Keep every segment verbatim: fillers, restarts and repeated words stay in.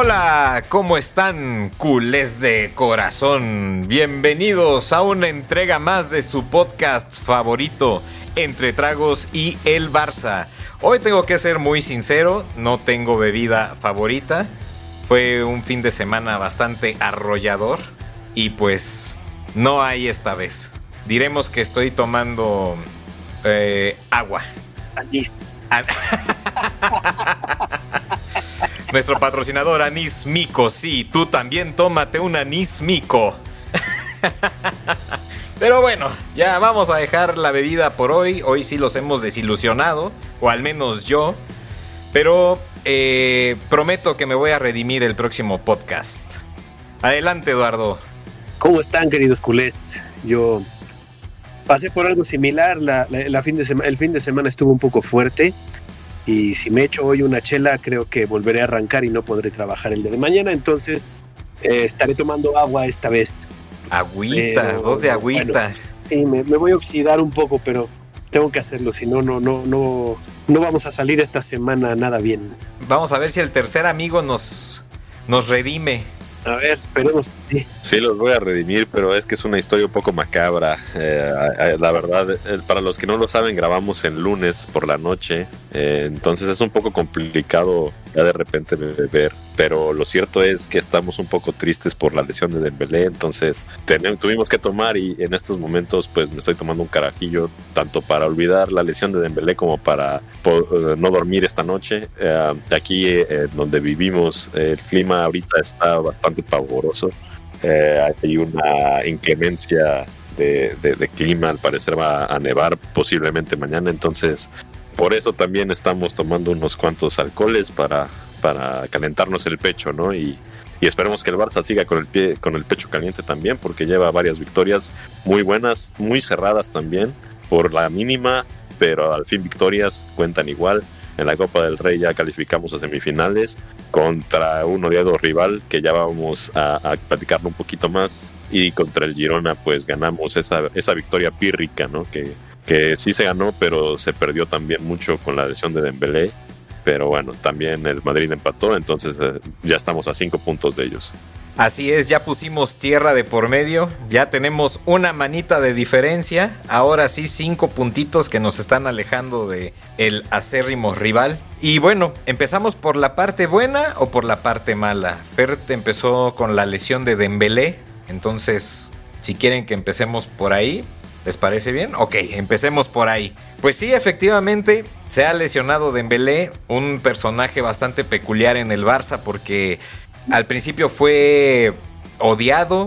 Hola, ¿cómo están, culés de corazón? Bienvenidos a una entrega más de su podcast favorito, Entre Tragos y el Barça. Hoy tengo que ser muy sincero, no tengo bebida favorita. Fue un fin de semana bastante arrollador y pues no hay esta vez. Diremos que estoy tomando eh, agua. Anís. An- Nuestro patrocinador Anís Mico, sí, tú también tómate un Anís Mico. Pero bueno, ya vamos a dejar la bebida por hoy. Hoy sí los hemos desilusionado, o al menos yo. Pero eh, prometo que me voy a redimir el próximo podcast. Adelante, Eduardo. ¿Cómo están, queridos culés? Yo pasé por algo similar. La, la, la fin de sema- el fin de semana estuvo un poco fuerte. Y si me echo hoy una chela, creo que volveré a arrancar y no podré trabajar el día de mañana. Entonces, eh, estaré tomando agua esta vez. Agüita, Pero, dos de agüita. Bueno, sí, me, me voy a oxidar un poco, pero tengo que hacerlo. Si no, no, no, no, no vamos a salir esta semana nada bien. Vamos a ver si el tercer amigo nos, nos redime. A ver, esperemos que sí. Sí, los voy a redimir, pero es que es una historia un poco macabra. Eh, la verdad, eh, para los que no lo saben, grabamos el lunes por la noche, eh, entonces es un poco complicado ya de repente beber. Pero lo cierto es que estamos un poco tristes por la lesión de Dembélé, entonces ten- tuvimos que tomar y en estos momentos pues me estoy tomando un carajillo, tanto para olvidar la lesión de Dembélé como para po- uh, no dormir esta noche. Eh, aquí eh, donde vivimos, eh, el clima ahorita está bastante pavoroso. Eh, hay una inclemencia de, de, de clima, al parecer va a nevar posiblemente mañana, entonces por eso también estamos tomando unos cuantos alcoholes para, para calentarnos el pecho, ¿no? Y, y esperemos que el Barça siga con el pie, con el pecho caliente también, porque lleva varias victorias muy buenas, muy cerradas también, por la mínima, pero al fin victorias cuentan igual. En la Copa del Rey ya calificamos a semifinales contra un odiado rival que ya vamos a, a platicarlo un poquito más, y contra el Girona pues ganamos esa, esa victoria pírrica, ¿no? Que, que sí se ganó, pero se perdió también mucho con la lesión de Dembélé. Pero bueno, también el Madrid empató, entonces eh, ya estamos a cinco puntos de ellos. Así es, ya pusimos tierra de por medio, ya tenemos una manita de diferencia, ahora sí cinco puntitos que nos están alejando de el acérrimo rival. Y bueno, ¿empezamos por la parte buena o por la parte mala? Fer empezó con la lesión de Dembélé, entonces si quieren que empecemos por ahí, ¿les parece bien? Ok, empecemos por ahí. Pues sí, efectivamente, se ha lesionado Dembélé, un personaje bastante peculiar en el Barça porque al principio fue odiado,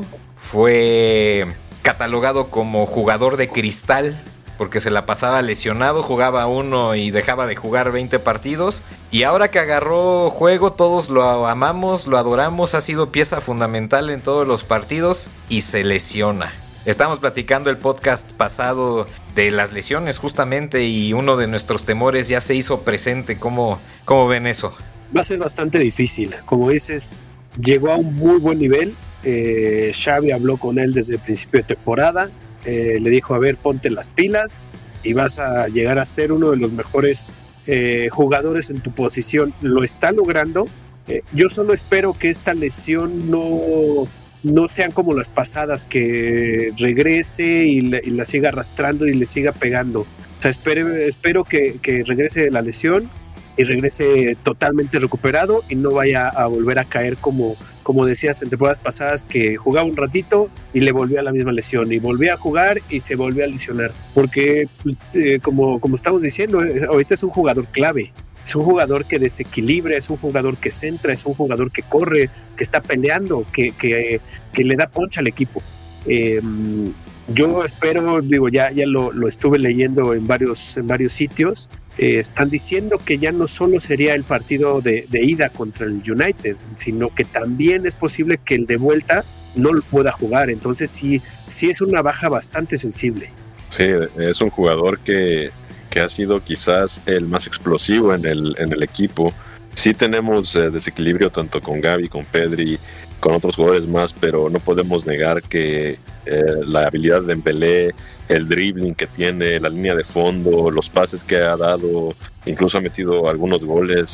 fue catalogado como jugador de cristal, porque se la pasaba lesionado, jugaba uno y dejaba de jugar veinte partidos. Y ahora que agarró juego, todos lo amamos, lo adoramos, ha sido pieza fundamental en todos los partidos y se lesiona. Estamos platicando el podcast pasado de las lesiones justamente y uno de nuestros temores ya se hizo presente. ¿Cómo, cómo ven eso? Va a ser bastante difícil. Como dices, llegó a un muy buen nivel. Eh, Xavi habló con él desde el principio de temporada. Eh, le dijo, a ver, ponte las pilas y vas a llegar a ser uno de los mejores eh, jugadores en tu posición. Lo está logrando. Eh, yo solo espero que esta lesión no, no sean como las pasadas, que regrese y, le, y la siga arrastrando y le siga pegando. O sea, espero, espero que, que regrese la lesión y regrese totalmente recuperado y no vaya a volver a caer como, como decías en temporadas pasadas, que jugaba un ratito y le volvía a la misma lesión y volvía a jugar y se volvía a lesionar, porque eh, como, como estamos diciendo, ahorita es un jugador clave, es un jugador que desequilibra, es un jugador que centra, es un jugador que corre, que está peleando, que, que, que le da punch al equipo. Eh, yo espero, digo, ya, ya lo, lo estuve leyendo en varios, en varios sitios. Eh, están diciendo que ya no solo sería el partido de, de ida contra el United, sino que también es posible que el de vuelta no lo pueda jugar. Entonces sí, sí es una baja bastante sensible. Sí, es un jugador que, que ha sido quizás el más explosivo en el, en el equipo. Sí tenemos eh, desequilibrio tanto con Gavi, con Pedri, con otros jugadores más, pero no podemos negar que eh, la habilidad de Dembélé, el dribbling que tiene, la línea de fondo, los pases que ha dado, incluso ha metido algunos goles,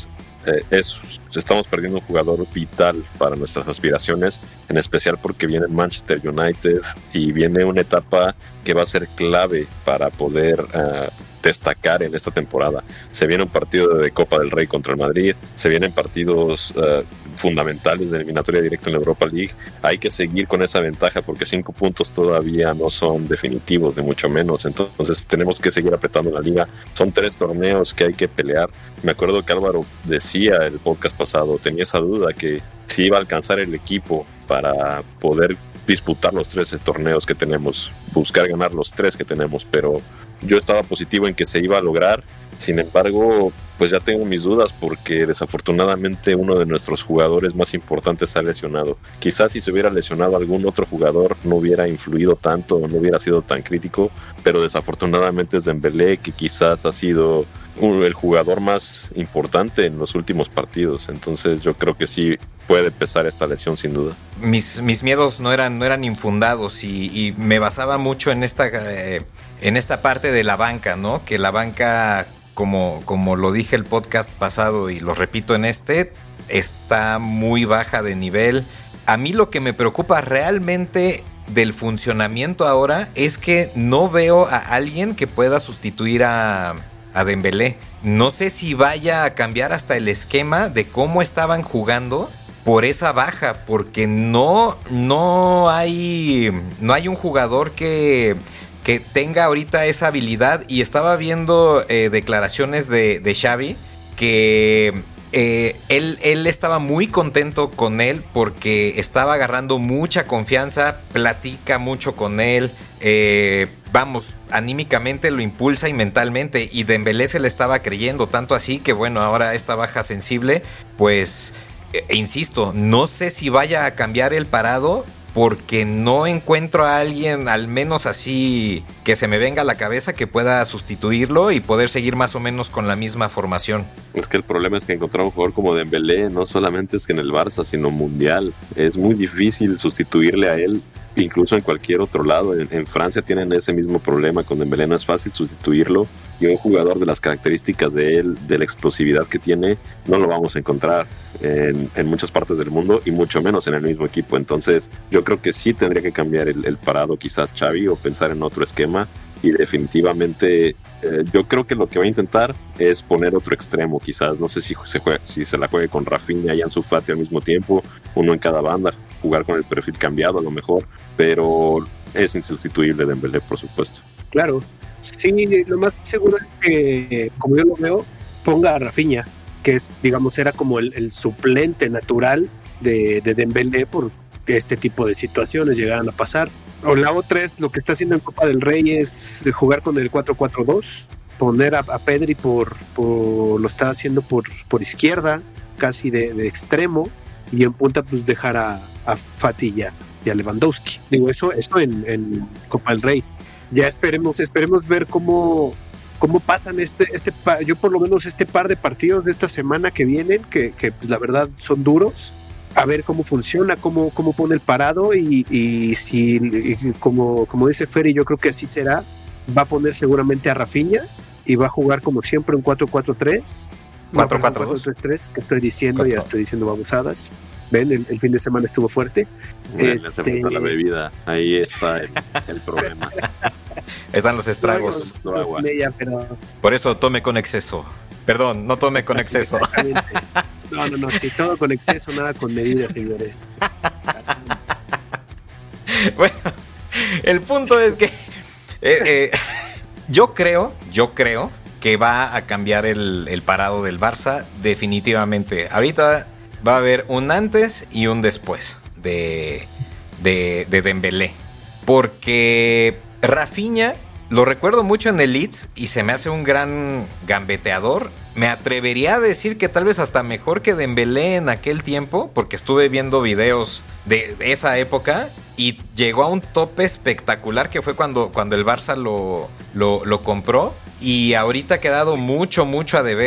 eh, es, estamos perdiendo un jugador vital para nuestras aspiraciones, en especial porque viene Manchester United y viene una etapa que va a ser clave para poder uh, destacar en esta temporada. Se viene un partido de Copa del Rey contra el Madrid, se vienen partidos uh, fundamentales de eliminatoria directa en la Europa League. Hay que seguir con esa ventaja porque cinco puntos todavía no son definitivos, de mucho menos. Entonces tenemos que seguir apretando la liga. Son tres torneos que hay que pelear. Me acuerdo que Álvaro decía el podcast pasado, tenía esa duda que si iba a alcanzar el equipo para poder disputar los trece torneos que tenemos, buscar ganar los tres que tenemos, pero yo estaba positivo en que se iba a lograr. Sin embargo, pues ya tengo mis dudas porque desafortunadamente uno de nuestros jugadores más importantes ha lesionado. Quizás si se hubiera lesionado algún otro jugador no hubiera influido tanto, no hubiera sido tan crítico, pero desafortunadamente es Dembélé, que quizás ha sido el jugador más importante en los últimos partidos. Entonces yo creo que sí puede pesar esta lesión sin duda. Mis, mis miedos no eran, no eran infundados y, y me basaba mucho en esta, eh, en esta parte de la banca, ¿no? Que la banca, como, como lo dije el podcast pasado y lo repito en este, está muy baja de nivel. A mí lo que me preocupa realmente del funcionamiento ahora es que no veo a alguien que pueda sustituir a, a Dembélé. No sé si vaya a cambiar hasta el esquema de cómo estaban jugando por esa baja, porque no, no hay, no hay un jugador que, que tenga ahorita esa habilidad. Y estaba viendo eh, declaraciones de, de Xavi que eh, él, él estaba muy contento con él porque estaba agarrando mucha confianza, platica mucho con él, eh, vamos, anímicamente lo impulsa y mentalmente, y Dembélé se le estaba creyendo, tanto así que bueno, ahora esta baja sensible, pues e insisto, no sé si vaya a cambiar el parado porque no encuentro a alguien, al menos así, que se me venga a la cabeza que pueda sustituirlo y poder seguir más o menos con la misma formación. Es que el problema es que encontrar un jugador como Dembélé no solamente es que en el Barça, sino mundial. Es muy difícil sustituirle a él, incluso en cualquier otro lado. En, en Francia tienen ese mismo problema con Dembélé, no es fácil sustituirlo. Y un jugador de las características de él, de la explosividad que tiene, no lo vamos a encontrar en, en muchas partes del mundo y mucho menos en el mismo equipo. Entonces yo creo que sí tendría que cambiar el, el parado quizás Xavi o pensar en otro esquema. Y definitivamente eh, yo creo que lo que va a intentar es poner otro extremo quizás. No sé si se, juega, si se la juegue con Rafinha y Ansu Fati al mismo tiempo, uno en cada banda, jugar con el perfil cambiado a lo mejor, pero es insustituible Dembélé, por supuesto. Claro, sí, lo más seguro es que, como yo lo veo, ponga a Rafinha, que es, digamos, era como el, el suplente natural de, de Dembélé por este tipo de situaciones llegaran a pasar. O la otra es lo que está haciendo en Copa del Rey, es jugar con el cuatro cuatro dos, poner a, a Pedri por, por lo está haciendo por, por izquierda, casi de, de extremo, y en punta pues dejar a, a Fati y a, y a Lewandowski. Digo, eso, eso en, en Copa del Rey. Ya esperemos, esperemos ver cómo, cómo pasan este, este, yo por lo menos este par de partidos de esta semana que vienen, que, que pues, la verdad son duros. A ver cómo funciona, cómo, cómo pone el parado y, y si, y como, como dice Ferry, yo creo que así será. Va a poner seguramente a Rafinha y va a jugar como siempre un cuatro cuatro tres. cuatro cuatro tres, que estoy diciendo, cuatro. Ya estoy diciendo babosadas. Ven, el, el fin de semana estuvo fuerte. Bueno, este... la bebida, ahí está el, el problema. Están los estragos. No, no, no, ella, pero... Por eso tome con exceso. Perdón, no tome con exceso. No, no, no, sí, todo con exceso, nada con medida, señores. Bueno, el punto es que eh, eh, yo creo, yo creo que va a cambiar el, el parado del Barça definitivamente. Ahorita va a haber un antes y un después de, de, de Dembélé. Porque Rafinha lo recuerdo mucho en el Leeds y se me hace un gran gambeteador. Me atrevería a decir que tal vez hasta mejor que Dembélé en aquel tiempo, porque estuve viendo videos de esa época y llegó a un tope espectacular que fue cuando, cuando el Barça lo, lo, lo compró, y ahorita ha quedado mucho, mucho a deber.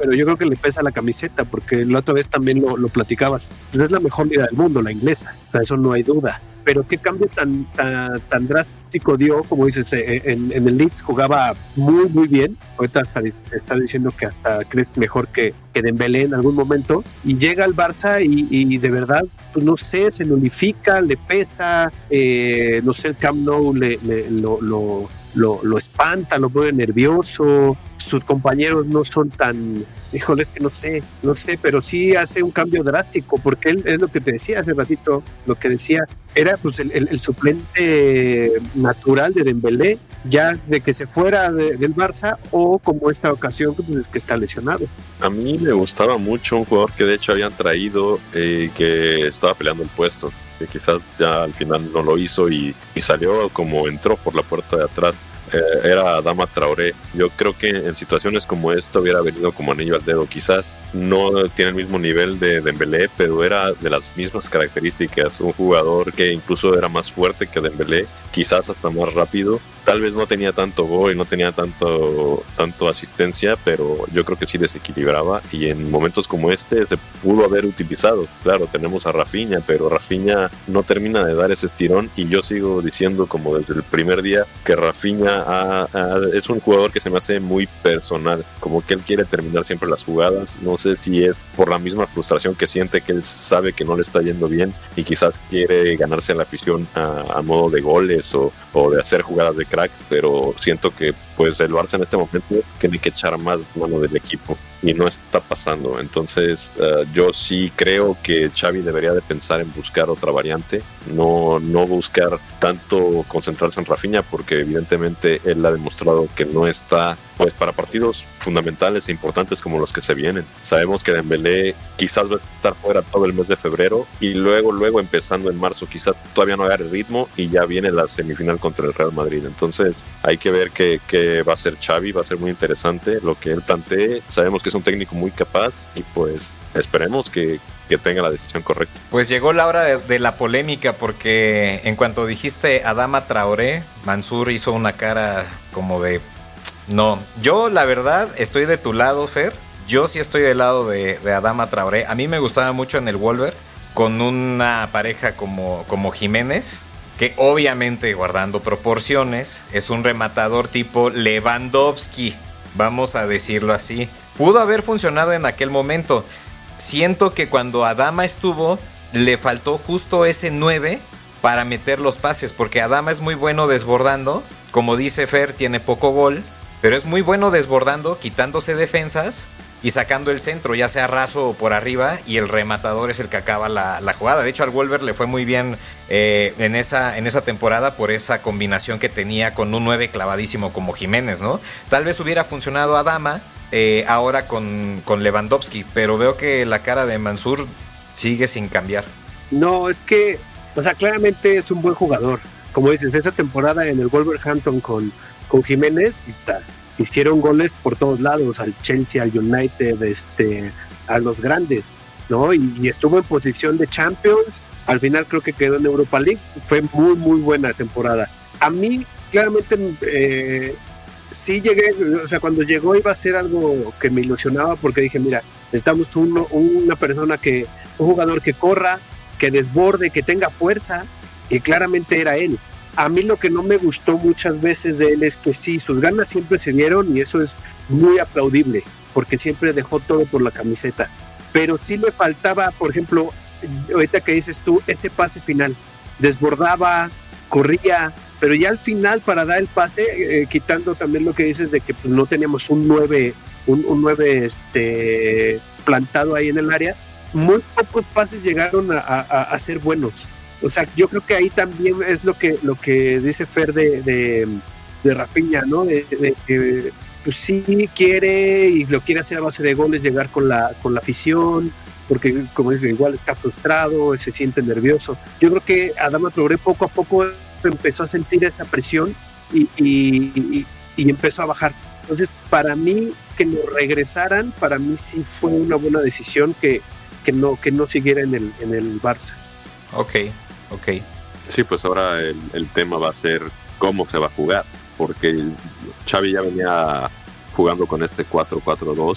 pero yo creo que le pesa la camiseta, porque la otra vez también lo, lo platicabas. Pues es la mejor liga del mundo, la inglesa, o sea, eso no hay duda. Pero qué cambio tan, tan, tan drástico dio, como dices, en, en el Leeds jugaba muy, muy bien. Ahorita hasta está diciendo que hasta crees mejor que, que Dembélé en algún momento. Y llega al Barça y, y de verdad, pues no sé, se nulifica, le pesa, eh, no sé, el Camp Nou le, le, lo, lo, lo, lo espanta, lo pone nervioso. Sus compañeros no son tan... Híjole, es que no sé, no sé, pero sí hace un cambio drástico, porque él es lo que te decía hace ratito, lo que decía, era pues el, el, el suplente natural de Dembélé, ya de que se fuera de, del Barça, o como esta ocasión pues es que está lesionado. A mí me gustaba mucho un jugador que de hecho habían traído, eh, que estaba peleando el puesto, que quizás ya al final no lo hizo y, y salió como entró por la puerta de atrás. Eh, era Adama Traoré. Yo creo que en situaciones como esta hubiera venido como anillo al dedo. Quizás no tiene el mismo nivel de Dembélé, pero era de las mismas características. Un jugador que incluso era más fuerte que Dembélé, quizás hasta más rápido. Tal vez no tenía tanto gol y no tenía tanto, tanto asistencia, pero yo creo que sí desequilibraba, y en momentos como este se pudo haber utilizado. Claro, tenemos a Rafinha, pero Rafinha no termina de dar ese estirón, y yo sigo diciendo como desde el primer día que Rafinha ha, ha, es un jugador que se me hace muy personal, como que él quiere terminar siempre las jugadas. No sé si es por la misma frustración que siente, que él sabe que no le está yendo bien y quizás quiere ganarse a la afición a, a modo de goles o, o de hacer jugadas de crack, pero siento que pues el Barça en este momento tiene que echar más mano del equipo y no está pasando. Entonces uh, yo sí creo que Xavi debería de pensar en buscar otra variante, no, no buscar tanto concentrarse en Rafinha, porque evidentemente él ha demostrado que no está pues para partidos fundamentales e importantes como los que se vienen. Sabemos que Dembélé quizás va a estar fuera todo el mes de febrero, y luego luego empezando en marzo quizás todavía no agarre ritmo y ya viene la semifinal contra el Real Madrid. Entonces hay que ver qué, qué va a hacer Xavi. Va a ser muy interesante lo que él plantee. Sabemos que es un técnico muy capaz y pues esperemos que que tenga la decisión correcta. Pues llegó la hora de, de la polémica, porque en cuanto dijiste Adama Traoré, Mansur hizo una cara como de... No, yo la verdad estoy de tu lado, Fer. Yo sí estoy del lado de, de Adama Traoré. A mí me gustaba mucho en el Wolver, con una pareja como, como Jiménez, que obviamente, guardando proporciones, es un rematador tipo Lewandowski, vamos a decirlo así. Pudo haber funcionado en aquel momento. Siento que cuando Adama estuvo, le faltó justo ese nueve para meter los pases, porque Adama es muy bueno desbordando, como dice Fer, tiene poco gol, pero es muy bueno desbordando, quitándose defensas y sacando el centro, ya sea raso o por arriba, y el rematador es el que acaba la, la jugada. De hecho, al Wolver le fue muy bien eh, en, esa, en esa temporada por esa combinación que tenía con un nueve clavadísimo como Jiménez, ¿no? Tal vez hubiera funcionado Adama eh, ahora con, con Lewandowski, pero veo que la cara de Mansur sigue sin cambiar. No, es que, o sea, claramente es un buen jugador. Como dices, esa temporada en el Wolverhampton con, con Jiménez, hicieron goles por todos lados, al Chelsea, al United, este, a los grandes, ¿no? Y, y estuvo en posición de Champions. Al final creo que quedó en Europa League. Fue muy, muy buena temporada. A mí, claramente, eh, sí llegué, o sea, cuando llegó iba a ser algo que me ilusionaba, porque dije, mira, necesitamos uno, una persona que, un jugador que corra, que desborde, que tenga fuerza, y claramente era él. A mí lo que no me gustó muchas veces de él es que sí, sus ganas siempre se dieron, y eso es muy aplaudible, porque siempre dejó todo por la camiseta, pero sí le faltaba, por ejemplo, ahorita que dices tú, ese pase final, desbordaba, corría, pero ya al final para dar el pase, eh, quitando también lo que dices de que pues, no teníamos un nueve, un, un nueve este, plantado ahí en el área, muy pocos pases llegaron a, a, a ser buenos. O sea, yo creo que ahí también es lo que, lo que dice Fer de, de, de Rafinha, ¿no? De, de, de, pues sí quiere y lo quiere hacer a base de goles, llegar con la, con la afición, porque como dice, igual está frustrado, se siente nervioso. Yo creo que Adama Traoré poco a poco empezó a sentir esa presión y, y, y, y empezó a bajar. Entonces, para mí, que lo regresaran, para mí sí fue una buena decisión que, que, no, que no siguiera en el, en el Barça. Ok, ok. Sí, pues ahora el, el tema va a ser cómo se va a jugar, porque Xavi ya venía jugando con este cuatro cuatro dos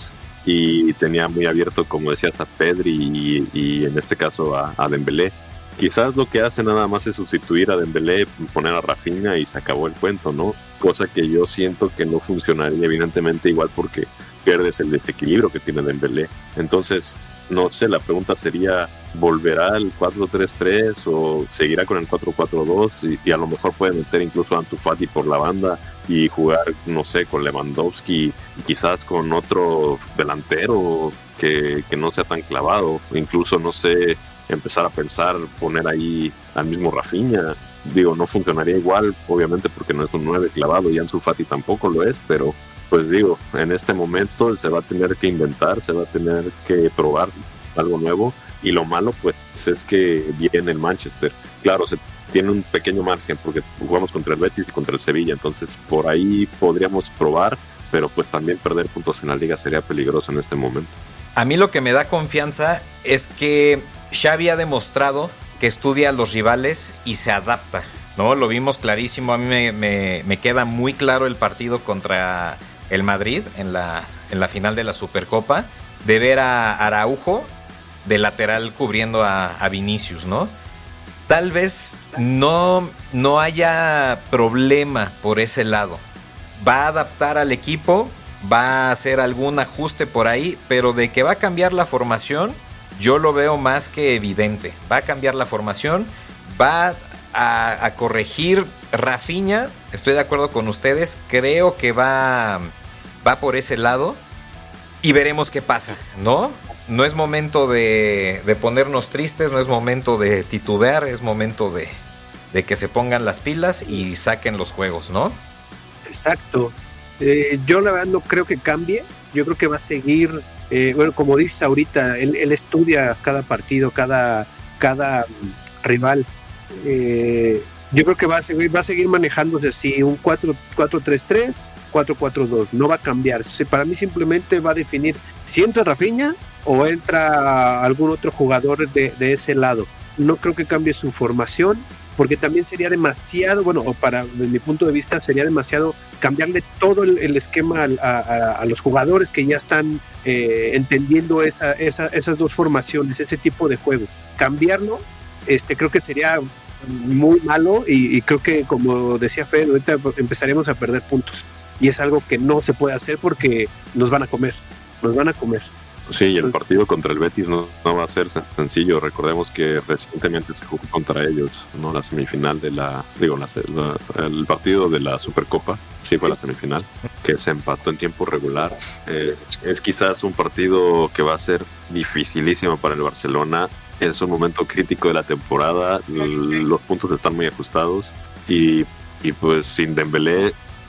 y tenía muy abierto, como decías, a Pedri y, y en este caso a, a Dembélé. Quizás lo que hace nada más es sustituir a Dembélé, poner a Rafinha y se acabó el cuento, ¿no? Cosa que yo siento que no funcionaría evidentemente igual porque pierdes el desequilibrio que tiene Dembélé. Entonces, no sé, la pregunta sería, ¿volverá al cuatro tres tres o seguirá con el cuatro cuatro dos? Y, y a lo mejor puede meter incluso a Ansu Fati por la banda y jugar, no sé, con Lewandowski y quizás con otro delantero que, que no sea tan clavado. Incluso, no sé, empezar a pensar, poner ahí al mismo Rafinha. Digo, no funcionaría igual, obviamente, porque no es un nueve clavado y Ansu Fati tampoco lo es, pero pues digo, en este momento se va a tener que inventar, se va a tener que probar algo nuevo, y lo malo pues es que viene el Manchester. Claro, se tiene un pequeño margen porque jugamos contra el Betis y contra el Sevilla, entonces por ahí podríamos probar, pero pues también perder puntos en la liga sería peligroso en este momento. A mí lo que me da confianza es que Xavi ha demostrado que estudia a los rivales y se adapta, ¿no? Lo vimos clarísimo. A mí me, me, me queda muy claro el partido contra el Madrid en la, en la final de la Supercopa, de ver a Araujo de lateral cubriendo a, a Vinicius, ¿no? Tal vez no, no haya problema por ese lado. Va a adaptar al equipo, va a hacer algún ajuste por ahí, pero de que va a cambiar la formación, yo lo veo más que evidente. Va a cambiar la formación, va a, a corregir Rafinha. Estoy de acuerdo con ustedes, creo que va, va por ese lado y veremos qué pasa, ¿no? No es momento de, de ponernos tristes, no es momento de titubear, es momento de, de que se pongan las pilas y saquen los juegos, ¿no? Exacto. Eh, yo la verdad no creo que cambie, yo creo que va a seguir, eh, bueno, como dices ahorita, él, él estudia cada partido, cada, cada rival. Eh, yo creo que va a seguir, va a seguir manejándose así, un cuatro tres tres, cuatro cuatro dos, no va a cambiar. Para mí simplemente va a definir si entra Rafinha o entra algún otro jugador de, de ese lado. No creo que cambie su formación, porque también sería demasiado, bueno, o para desde mi punto de vista sería demasiado cambiarle todo el, el esquema a, a, a los jugadores que ya están eh, entendiendo esa, esa, esas dos formaciones, ese tipo de juego. Cambiarlo, este, creo que sería muy malo y, y creo que, como decía Fede, ahorita empezaremos a perder puntos y es algo que no se puede hacer porque nos van a comer, nos van a comer. Sí, y el partido contra el Betis no, no va a ser sencillo. Recordemos que recientemente se jugó contra ellos, ¿no? La semifinal de la, digo, la, la, el partido de la Supercopa, sí fue la semifinal, que se empató en tiempo regular. Eh, es quizás un partido que va a ser dificilísimo para el Barcelona. Es un momento crítico de la temporada, los puntos están muy ajustados y, y pues sin Dembélé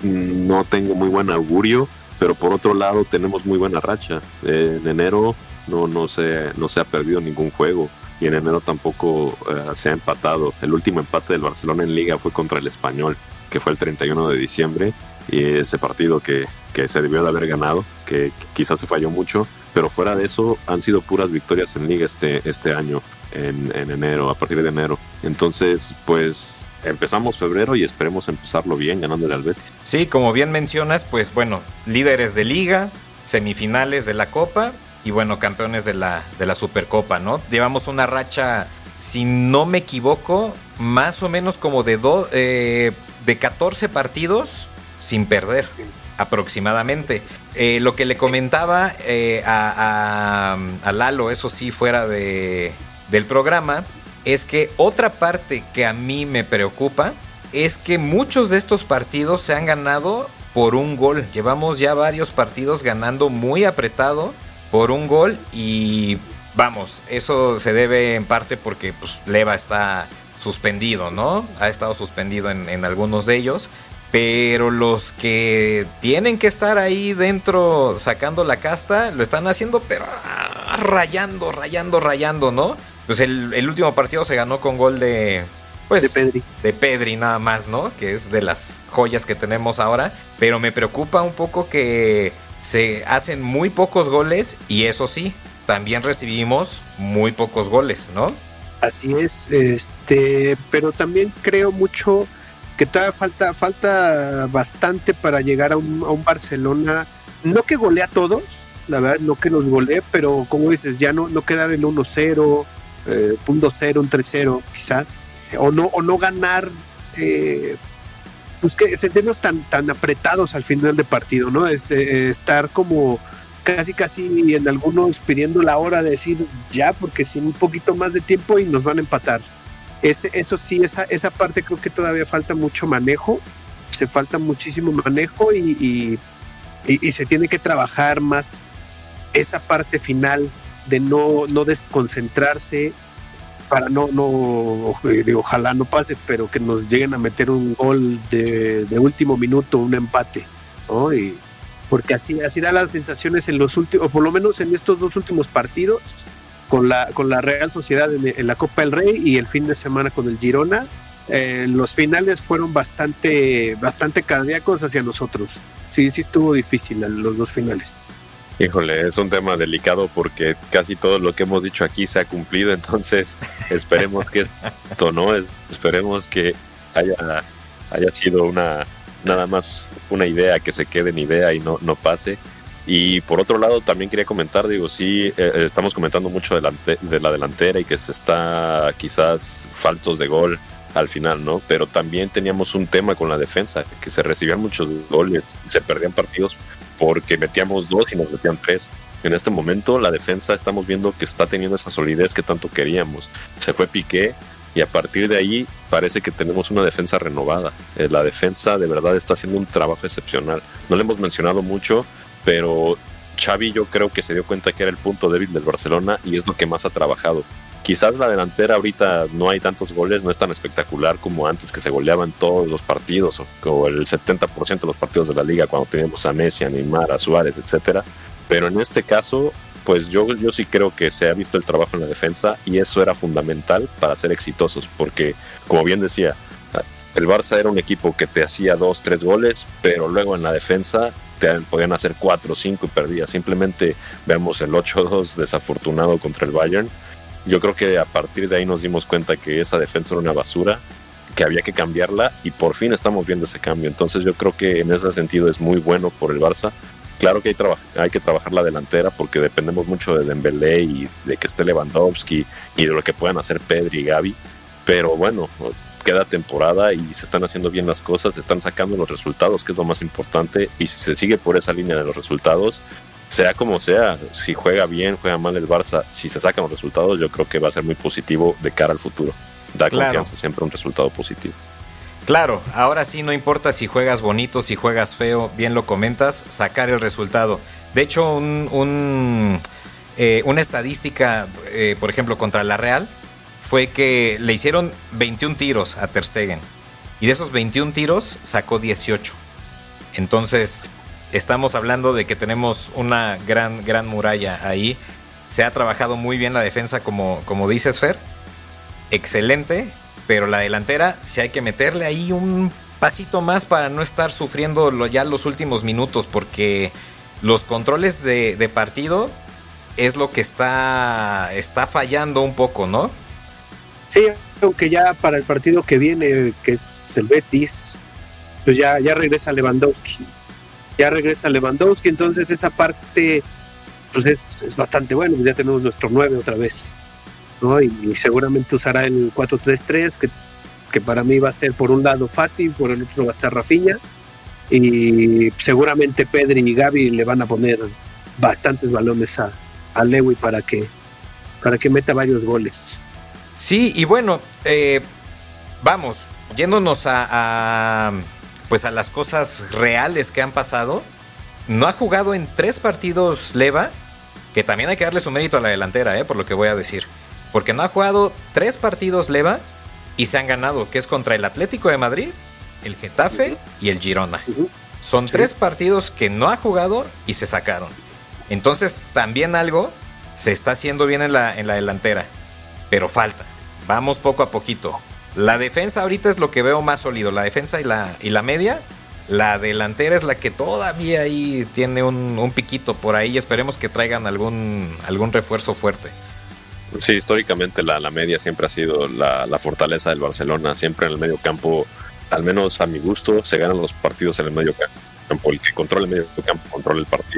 no tengo muy buen augurio. Pero por otro lado tenemos muy buena racha. Eh, en enero no, no, se, no se ha perdido ningún juego y en enero tampoco eh, se ha empatado. El último empate del Barcelona en Liga fue contra el Español, que fue el treinta y uno de diciembre, y ese partido que, que se debió de haber ganado, que, que quizás se falló mucho, pero fuera de eso han sido puras victorias en Liga este, este año, en, en enero, a partir de enero. Entonces, pues empezamos febrero y esperemos empezarlo bien ganándole al Betis. Sí, como bien mencionas, pues bueno, líderes de liga, semifinales de la Copa y bueno, campeones de la, de la Supercopa, ¿no? Llevamos una racha, si no me equivoco, más o menos como de, do, eh, de catorce partidos sin perder, aproximadamente. Eh, lo que le comentaba eh, a, a, a Lalo, eso sí, fuera de, del programa, es que otra parte que a mí me preocupa es que muchos de estos partidos se han ganado por un gol. Llevamos ya varios partidos ganando muy apretado por un gol y vamos, eso se debe en parte porque pues, Leva está suspendido, ¿no? Ha estado suspendido en, en algunos de ellos, pero los que tienen que estar ahí dentro sacando la casta lo están haciendo pero rayando, rayando, rayando, ¿no? Pues el, el último partido se ganó con gol de, pues, de Pedri. de Pedri nada más, ¿no? Que es de las joyas que tenemos ahora. Pero me preocupa un poco que se hacen muy pocos goles y eso sí, también recibimos muy pocos goles, ¿no? Así es, este, pero también creo mucho que todavía falta, falta bastante para llegar a un, a un Barcelona, no que golea a todos, la verdad, no que nos golee, pero como dices, ya no, no quedar en uno cero, eh, un dos cero, un tres cero, quizá, o no, o no ganar, eh, pues que sentirnos tan, tan apretados al final de partido, ¿no? Este, estar como casi casi en algunos pidiendo la hora de decir ya, porque sin un poquito más de tiempo y nos van a empatar. Ese, eso sí, esa, esa parte creo que todavía falta mucho manejo, se falta muchísimo manejo y, y, y, y se tiene que trabajar más esa parte final de no, no desconcentrarse para no, no digo, ojalá no pase, pero que nos lleguen a meter un gol de, de último minuto, un empate, ¿no? Y porque así, así da las sensaciones en los últimos, o por lo menos en estos dos últimos partidos, con la, con la Real Sociedad en, en la Copa del Rey y el fin de semana con el Girona. Eh, los finales fueron bastante, bastante cardíacos hacia nosotros. Sí, sí estuvo difícil los dos finales. Híjole, es un tema delicado porque casi todo lo que hemos dicho aquí se ha cumplido, entonces esperemos que esto no, es, esperemos que haya, haya sido una nada más una idea que se quede en idea y no, no pase. Y por otro lado también quería comentar, digo, sí, eh, estamos comentando mucho delante, de la delantera y que se está quizás faltos de gol al final, ¿no? Pero también teníamos un tema con la defensa, que se recibían muchos goles y se perdían partidos porque metíamos dos y nos metían tres. En este momento la defensa estamos viendo que está teniendo esa solidez que tanto queríamos. Se fue Piqué y a partir de ahí parece que tenemos una defensa renovada. Eh, la defensa de verdad está haciendo un trabajo excepcional. No le hemos mencionado mucho, pero Xavi yo creo que se dio cuenta que era el punto débil del Barcelona y es lo que más ha trabajado. Quizás la delantera ahorita no hay tantos goles, no es tan espectacular como antes, que se goleaban todos los partidos o, o el setenta por ciento de los partidos de la liga cuando teníamos a Messi, a Neymar, a Suárez, etcétera. Pero en este caso, pues yo, yo sí creo que se ha visto el trabajo en la defensa y eso era fundamental para ser exitosos, porque como bien decía, el Barça era un equipo que te hacía dos, tres goles, pero luego en la defensa te podían hacer cuatro o cinco y perdías. Simplemente vemos el ocho dos desafortunado contra el Bayern. Yo creo que a partir de ahí nos dimos cuenta que esa defensa era una basura, que había que cambiarla y por fin estamos viendo ese cambio. Entonces yo creo que en ese sentido es muy bueno por el Barça. Claro que hay, traba- hay que trabajar la delantera porque dependemos mucho de Dembélé y de que esté Lewandowski y de lo que puedan hacer Pedri y Gavi. Pero bueno, queda temporada y se están haciendo bien las cosas, se están sacando los resultados, que es lo más importante. Y si se sigue por esa línea de los resultados, sea como sea, si juega bien, juega mal el Barça, si se sacan los resultados, yo creo que va a ser muy positivo de cara al futuro. Da claro. Confianza siempre un resultado positivo. Claro, ahora sí no importa si juegas bonito, si juegas feo, bien lo comentas, sacar el resultado. De hecho, un, un, eh, una estadística, eh, por ejemplo, contra la Real, fue que le hicieron veintiún tiros a Ter Stegen. Y de esos veintiún tiros sacó dieciocho. Entonces, estamos hablando de que tenemos una gran, gran muralla ahí. Se ha trabajado muy bien la defensa, como, como dices, Fer. Excelente. Pero la delantera, sí hay que meterle ahí un pasito más para no estar sufriendo lo, ya los últimos minutos. Porque los controles de, de partido es lo que está, está fallando un poco, ¿no? Sí, aunque ya para el partido que viene, que es el Betis, pues ya, ya regresa Lewandowski. Ya regresa Lewandowski, entonces esa parte pues es, es bastante bueno, pues ya tenemos nuestro nueve otra vez, ¿no? Y, y seguramente usará el cuatro tres tres, que, que para mí va a ser por un lado Fati, por el otro va a estar Rafinha, y seguramente Pedri y Gavi le van a poner bastantes balones a, a Lewy para que, para que meta varios goles. Sí, y bueno, eh, vamos, yéndonos a, a, pues a las cosas reales que han pasado. No ha jugado en tres partidos Leva, que también hay que darle su mérito a la delantera, eh, por lo que voy a decir. Porque no ha jugado tres partidos Leva y se han ganado, que es contra el Atlético de Madrid, el Getafe uh-huh. y el Girona. Uh-huh. Son sí. tres partidos que no ha jugado y se sacaron. Entonces también algo se está haciendo bien en la, en la delantera. Pero falta, vamos poco a poquito. La defensa ahorita es lo que veo más sólido, la defensa y la, y la media. La delantera es la que todavía ahí tiene un, un piquito por ahí. Esperemos que traigan algún, algún refuerzo fuerte. Sí, históricamente la, la media siempre ha sido la, la fortaleza del Barcelona. Siempre en el medio campo, al menos a mi gusto, se ganan los partidos en el medio campo. El que controla el medio campo controla el partido.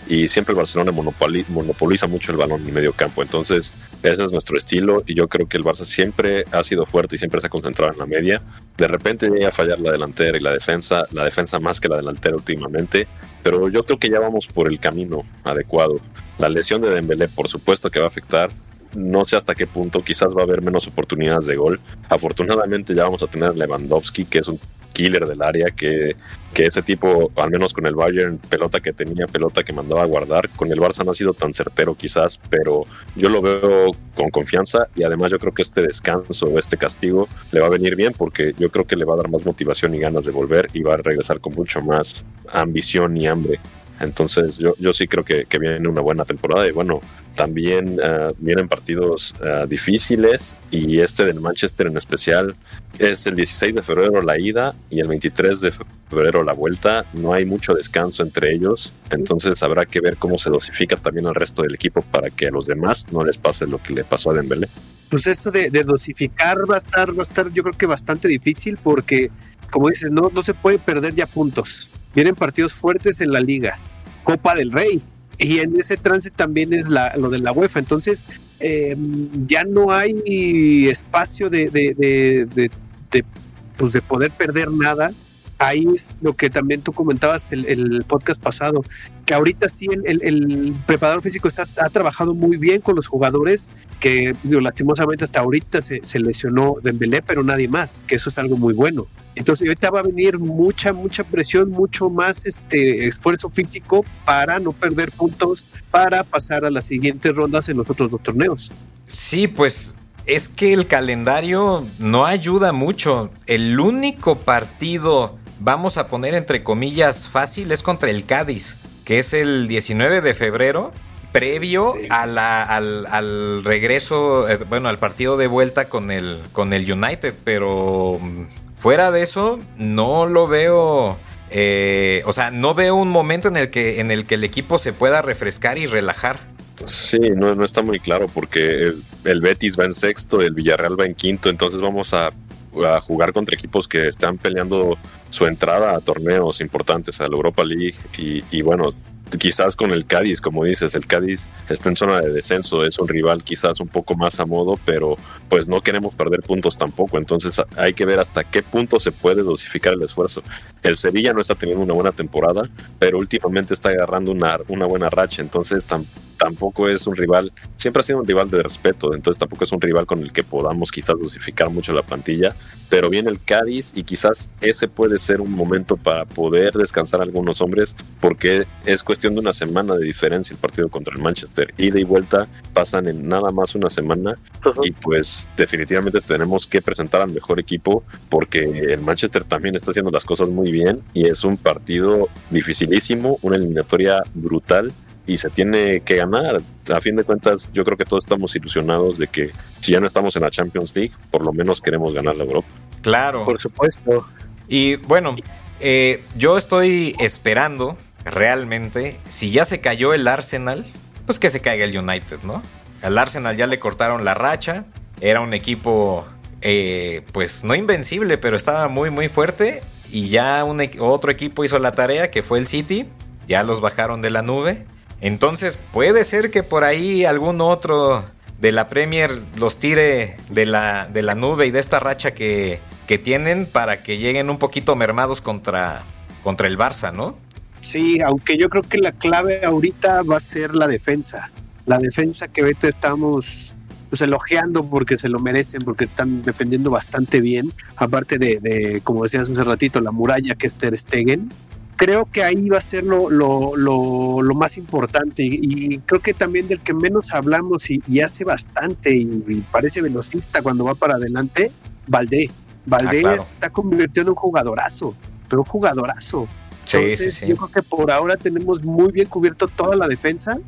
y siempre el Barcelona monopoli- monopoliza mucho el balón en medio campo. Entonces ese es nuestro estilo y yo creo que el Barça siempre ha sido fuerte y siempre se ha concentrado en la media. De repente llega a fallar la delantera y la defensa, la defensa más que la delantera últimamente, pero yo creo que ya vamos por el camino adecuado. La lesión de Dembélé por supuesto que va a afectar. No sé hasta qué punto, quizás va a haber menos oportunidades de gol. Afortunadamente ya vamos a tener Lewandowski, que es un killer del área, que, que ese tipo, al menos con el Bayern, pelota que tenía, pelota que mandaba a guardar. Con el Barça no ha sido tan certero quizás, pero yo lo veo con confianza y además yo creo que este descanso, este castigo le va a venir bien porque yo creo que le va a dar más motivación y ganas de volver y va a regresar con mucho más ambición y hambre. Entonces yo, yo sí creo que, que viene una buena temporada y bueno, también uh, vienen partidos uh, difíciles y este del Manchester en especial es el dieciséis de febrero la ida y el veintitrés de febrero la vuelta. No hay mucho descanso entre ellos, entonces habrá que ver cómo se dosifica también al resto del equipo para que a los demás no les pase lo que le pasó a Dembélé. Pues esto de, de dosificar va a estar, va a estar yo creo que bastante difícil porque, como dices, no, no se puede perder ya puntos. Vienen partidos fuertes en la Liga, Copa del Rey, y en ese trance también es la, lo de la UEFA. Entonces eh, ya no hay espacio de, de, de, de, de, pues de poder perder nada. Ahí es lo que también tú comentabas el, el podcast pasado, que ahorita sí el, el, el preparador físico está, ha trabajado muy bien con los jugadores, que digo, lastimosamente hasta ahorita se, se lesionó Dembélé, pero nadie más, que eso es algo muy bueno. Entonces ahorita va a venir mucha, mucha presión, mucho más este esfuerzo físico para no perder puntos, para pasar a las siguientes rondas en los otros dos torneos. Sí, pues es que el calendario no ayuda mucho. El único partido, vamos a poner entre comillas, fácil es contra el Cádiz, que es el diecinueve de febrero, previo sí. a la, al, al regreso, eh, bueno, al partido de vuelta con el, con el United, pero fuera de eso no lo veo, eh, o sea, no veo un momento en el que, en el que el equipo se pueda refrescar y relajar. Sí, no, no está muy claro porque el, el Betis va en sexto, el Villarreal va en quinto, entonces vamos a, a jugar contra equipos que están peleando su entrada a torneos importantes, a la Europa League y, y bueno, quizás con el Cádiz, como dices, el Cádiz está en zona de descenso, es un rival quizás un poco más a modo, pero pues no queremos perder puntos tampoco, entonces hay que ver hasta qué punto se puede dosificar el esfuerzo. El Sevilla no está teniendo una buena temporada, pero últimamente está agarrando una, una buena racha, entonces tam, tampoco es un rival, siempre ha sido un rival de respeto, entonces tampoco es un rival con el que podamos quizás dosificar mucho la plantilla, pero viene el Cádiz y quizás ese puede ser un momento para poder descansar a algunos hombres, porque es cuestión de una semana de diferencia el partido contra el Manchester, ida y vuelta pasan en nada más una semana. Uh-huh. Y pues definitivamente tenemos que presentar al mejor equipo porque el Manchester también está haciendo las cosas muy bien y es un partido dificilísimo, una eliminatoria brutal y se tiene que ganar. A fin de cuentas yo creo que todos estamos ilusionados de que si ya no estamos en la Champions League, por lo menos queremos ganar la Europa. Claro, por supuesto. Y bueno, eh, yo estoy esperando realmente, si ya se cayó el Arsenal, pues que se caiga el United, ¿no? Al Arsenal ya le cortaron la racha, era un equipo eh, pues no invencible, pero estaba muy muy fuerte y ya un, otro equipo hizo la tarea que fue el City, ya los bajaron de la nube, entonces puede ser que por ahí algún otro de la Premier los tire de la, de la nube y de esta racha que, que tienen para que lleguen un poquito mermados contra, contra el Barça, ¿no? Sí, aunque yo creo que la clave ahorita va a ser la defensa. La defensa que ahorita estamos pues, elogiando porque se lo merecen, porque están defendiendo bastante bien. Aparte de, de, como decías hace ratito, la muralla que es Ter Stegen. Creo que ahí va a ser lo, lo, lo, lo más importante. Y, y creo que también del que menos hablamos y, y hace bastante y, y parece velocista cuando va para adelante, Valdé. Valdé ah, claro. está convirtiendo en un jugadorazo, pero un jugadorazo. Entonces, sí, sí, sí. Yo creo que por ahora tenemos muy bien cubierto toda la defensa.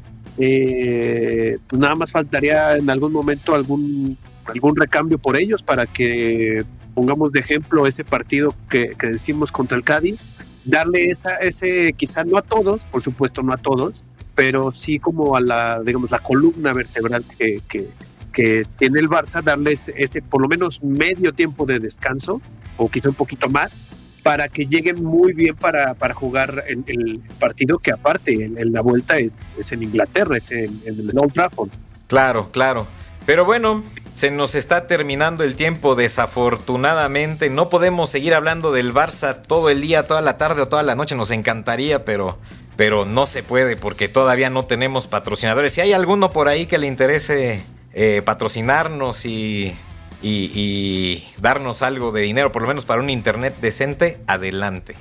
Eh, pues nada más faltaría en algún momento algún, algún recambio por ellos para que pongamos de ejemplo ese partido que, que decimos contra el Cádiz. Darle esa, ese, quizá no a todos, por supuesto no a todos, pero sí como a la, digamos, la columna vertebral que, que, que tiene el Barça, darles ese por lo menos medio tiempo de descanso o quizá un poquito más, para que lleguen muy bien para, para jugar en el partido que aparte en, en la vuelta es, es en Inglaterra, es en, en el Old Trafford. Claro, claro. Pero bueno, se nos está terminando el tiempo desafortunadamente. No podemos seguir hablando del Barça todo el día, toda la tarde o toda la noche. Nos encantaría, pero, pero no se puede porque todavía no tenemos patrocinadores. Si hay alguno por ahí que le interese eh, patrocinarnos y... Y, y darnos algo de dinero, por lo menos para un internet decente, adelante.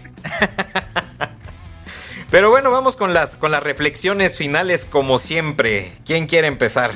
Pero bueno, vamos con las, con las reflexiones finales como siempre. ¿Quién quiere empezar?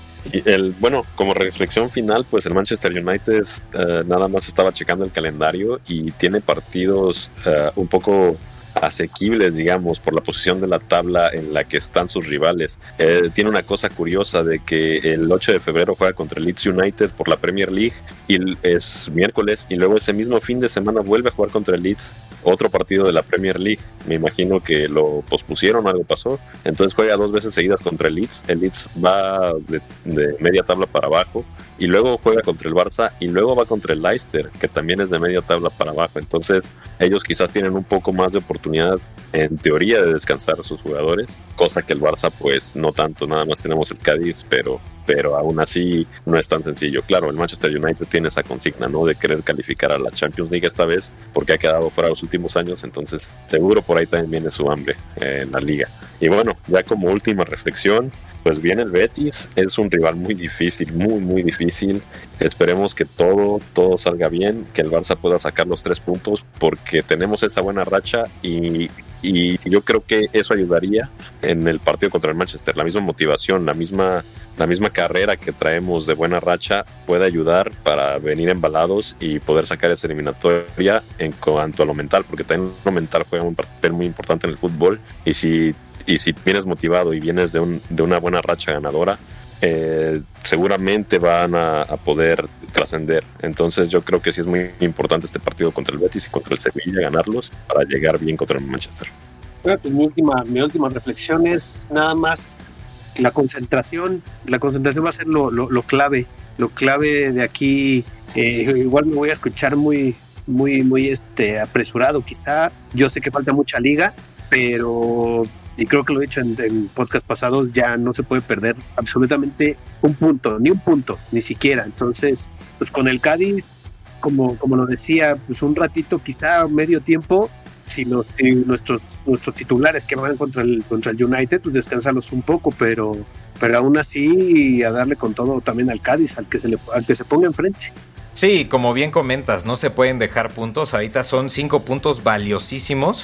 Y el, bueno, como reflexión final, pues el Manchester United uh, nada más estaba checando el calendario y tiene partidos uh, un poco asequibles, digamos, por la posición de la tabla en la que están sus rivales. Eh, tiene una cosa curiosa de que el ocho de febrero juega contra el Leeds United por la Premier League y es miércoles, y luego ese mismo fin de semana vuelve a jugar contra el Leeds, otro partido de la Premier League. Me imagino que lo pospusieron, algo pasó, entonces juega dos veces seguidas contra el Leeds. El Leeds va de, de media tabla para abajo y luego juega contra el Barça y luego va contra el Leicester, que también es de media tabla para abajo. Entonces ellos quizás tienen un poco más de oportunidad en teoría de descansar a sus jugadores, cosa que el Barça pues no tanto. Nada más tenemos el Cádiz, pero pero aún así no es tan sencillo. Claro, el Manchester United tiene esa consigna, ¿no?, de querer calificar a la Champions League esta vez, porque ha quedado fuera los últimos años, entonces seguro por ahí también viene su hambre eh, en la liga. Y bueno, ya como última reflexión, pues viene el Betis, es un rival muy difícil, muy muy difícil. Esperemos que todo, todo salga bien, que el Barça pueda sacar los tres puntos, porque tenemos esa buena racha y, y yo creo que eso ayudaría en el partido contra el Manchester. La misma motivación, la misma, la misma carrera que traemos de buena racha puede ayudar para venir embalados y poder sacar esa eliminatoria en cuanto a lo mental, porque también lo mental juega un papel muy importante en el fútbol. Y si Y si vienes motivado y vienes de, un, de una buena racha ganadora, eh, seguramente van a, a poder trascender. Entonces yo creo que sí es muy importante este partido contra el Betis y contra el Sevilla, ganarlos para llegar bien contra el Manchester. Bueno, pues mi última, mi última reflexión es nada más la concentración. La concentración va a ser lo, lo, lo clave, lo clave de aquí. Eh, igual me voy a escuchar muy, muy, muy este, apresurado quizá. Yo sé que falta mucha liga, pero... y creo que lo he dicho en, en podcast pasados, ya no se puede perder absolutamente un punto, ni un punto, ni siquiera. Entonces, pues con el Cádiz, como, como lo decía, pues un ratito, quizá medio tiempo, si, los, si nuestros, nuestros titulares que van contra el, contra el United, pues descansarlos un poco, pero, pero aún así a darle con todo también al Cádiz, al que se, le, al que se ponga enfrente. Sí, como bien comentas, no se pueden dejar puntos. Ahorita son cinco puntos valiosísimos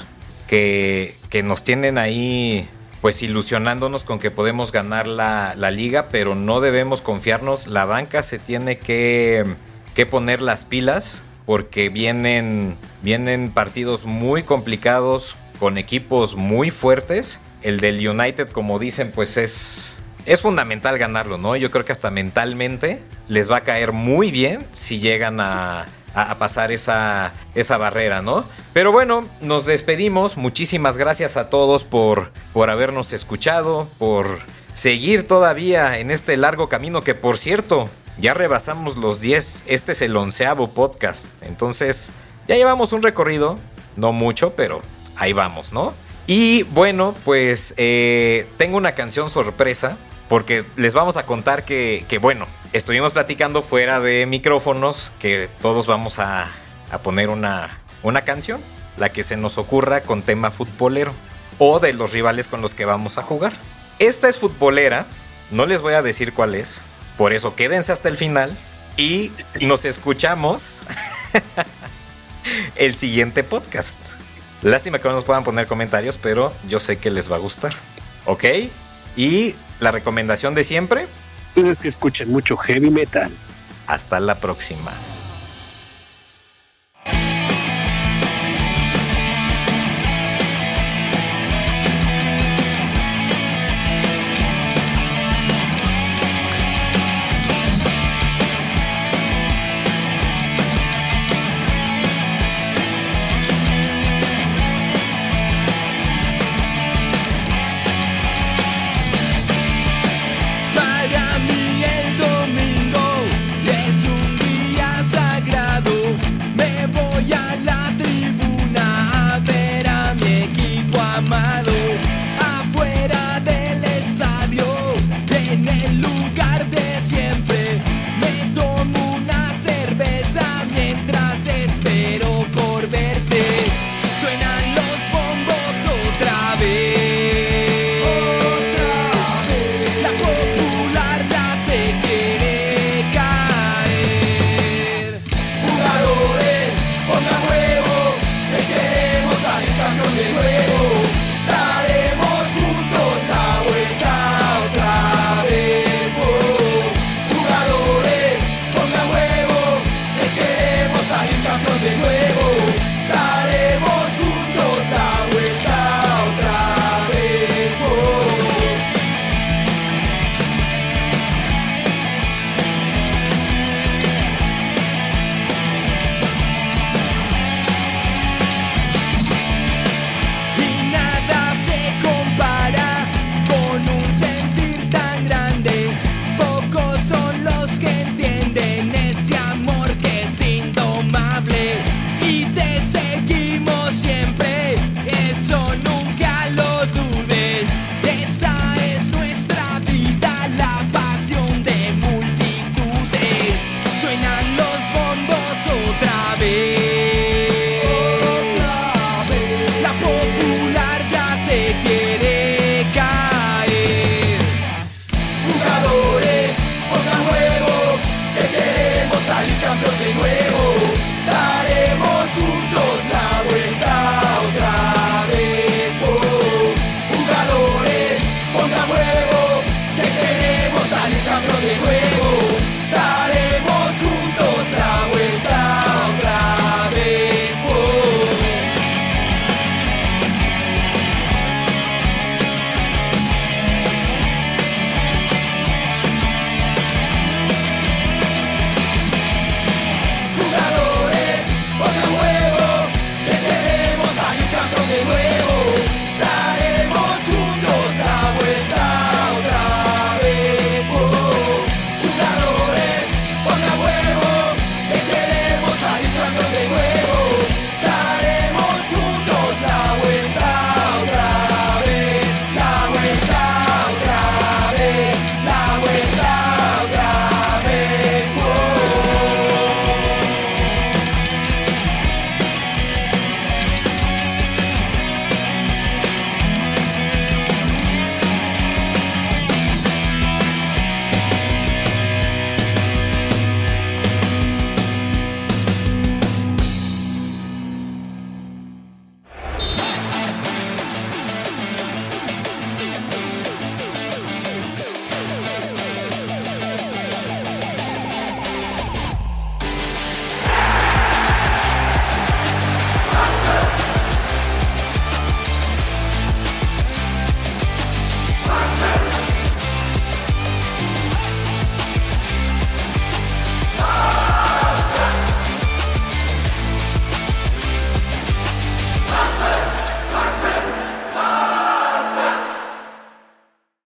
que, que nos tienen ahí pues ilusionándonos con que podemos ganar la, la liga, pero no debemos confiarnos. La banca se tiene que, que poner las pilas porque vienen, vienen partidos muy complicados con equipos muy fuertes. El del United, como dicen, pues es, es fundamental ganarlo, ¿no? Yo creo que hasta mentalmente les va a caer muy bien si llegan a... a pasar esa, esa barrera, ¿no? Pero bueno, nos despedimos. Muchísimas gracias a todos por, por habernos escuchado, por seguir todavía en este largo camino que, por cierto, ya rebasamos los diez. Este es el onceavo podcast. Entonces, ya llevamos un recorrido, no mucho, pero ahí vamos, ¿no? Y bueno, pues eh, tengo una canción sorpresa, porque les vamos a contar que, que, bueno, estuvimos platicando fuera de micrófonos que todos vamos a, a poner una, una canción, la que se nos ocurra con tema futbolero o de los rivales con los que vamos a jugar. Esta es futbolera, no les voy a decir cuál es, por eso quédense hasta el final y nos escuchamos el siguiente podcast. Lástima que no nos puedan poner comentarios, pero yo sé que les va a gustar, ¿ok? Y la recomendación de siempre es que escuchen mucho heavy metal. Hasta la próxima.